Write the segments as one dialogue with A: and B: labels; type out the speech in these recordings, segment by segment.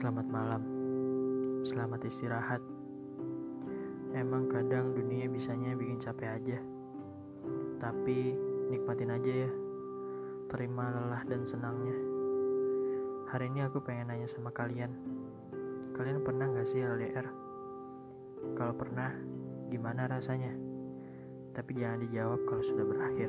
A: Selamat malam, selamat istirahat. Emang kadang dunia bisanya bikin capek aja, tapi nikmatin aja ya, terima lelah dan senangnya. Hari ini aku pengen nanya sama kalian pernah gak sih LDR? Kalau pernah, gimana rasanya? Tapi jangan dijawab kalau sudah berakhir.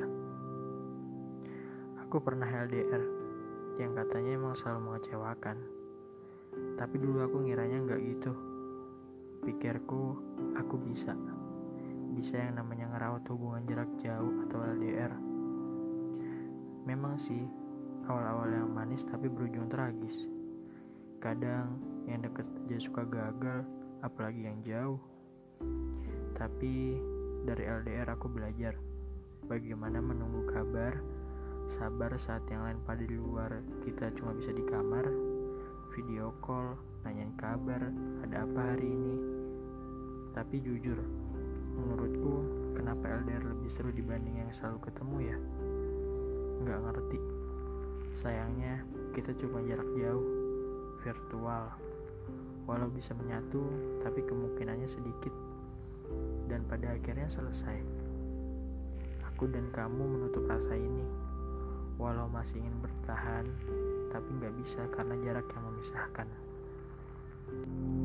A: Aku pernah LDR, yang katanya emang selalu mengecewakan. Tapi dulu aku ngiranya gak gitu. Pikirku, aku bisa yang namanya ngerawat hubungan jarak jauh atau LDR. Memang sih, awal-awal yang manis tapi berujung tragis. Kadang yang deket aja suka gagal, apalagi yang jauh. Tapi dari LDR aku belajar bagaimana menunggu kabar, sabar saat yang lain pada di luar kita cuma bisa di kamar, video call, nanyain kabar, ada apa hari ini. Tapi jujur, menurutku kenapa LDR lebih seru dibanding yang selalu ketemu ya? Nggak ngerti. Sayangnya kita cuma jarak jauh, virtual. Walau bisa menyatu, tapi kemungkinannya sedikit. Dan pada akhirnya selesai. Aku dan kamu menutup rasa ini. Walau masih ingin bertahan, tapi nggak bisa karena jarak yang memisahkan.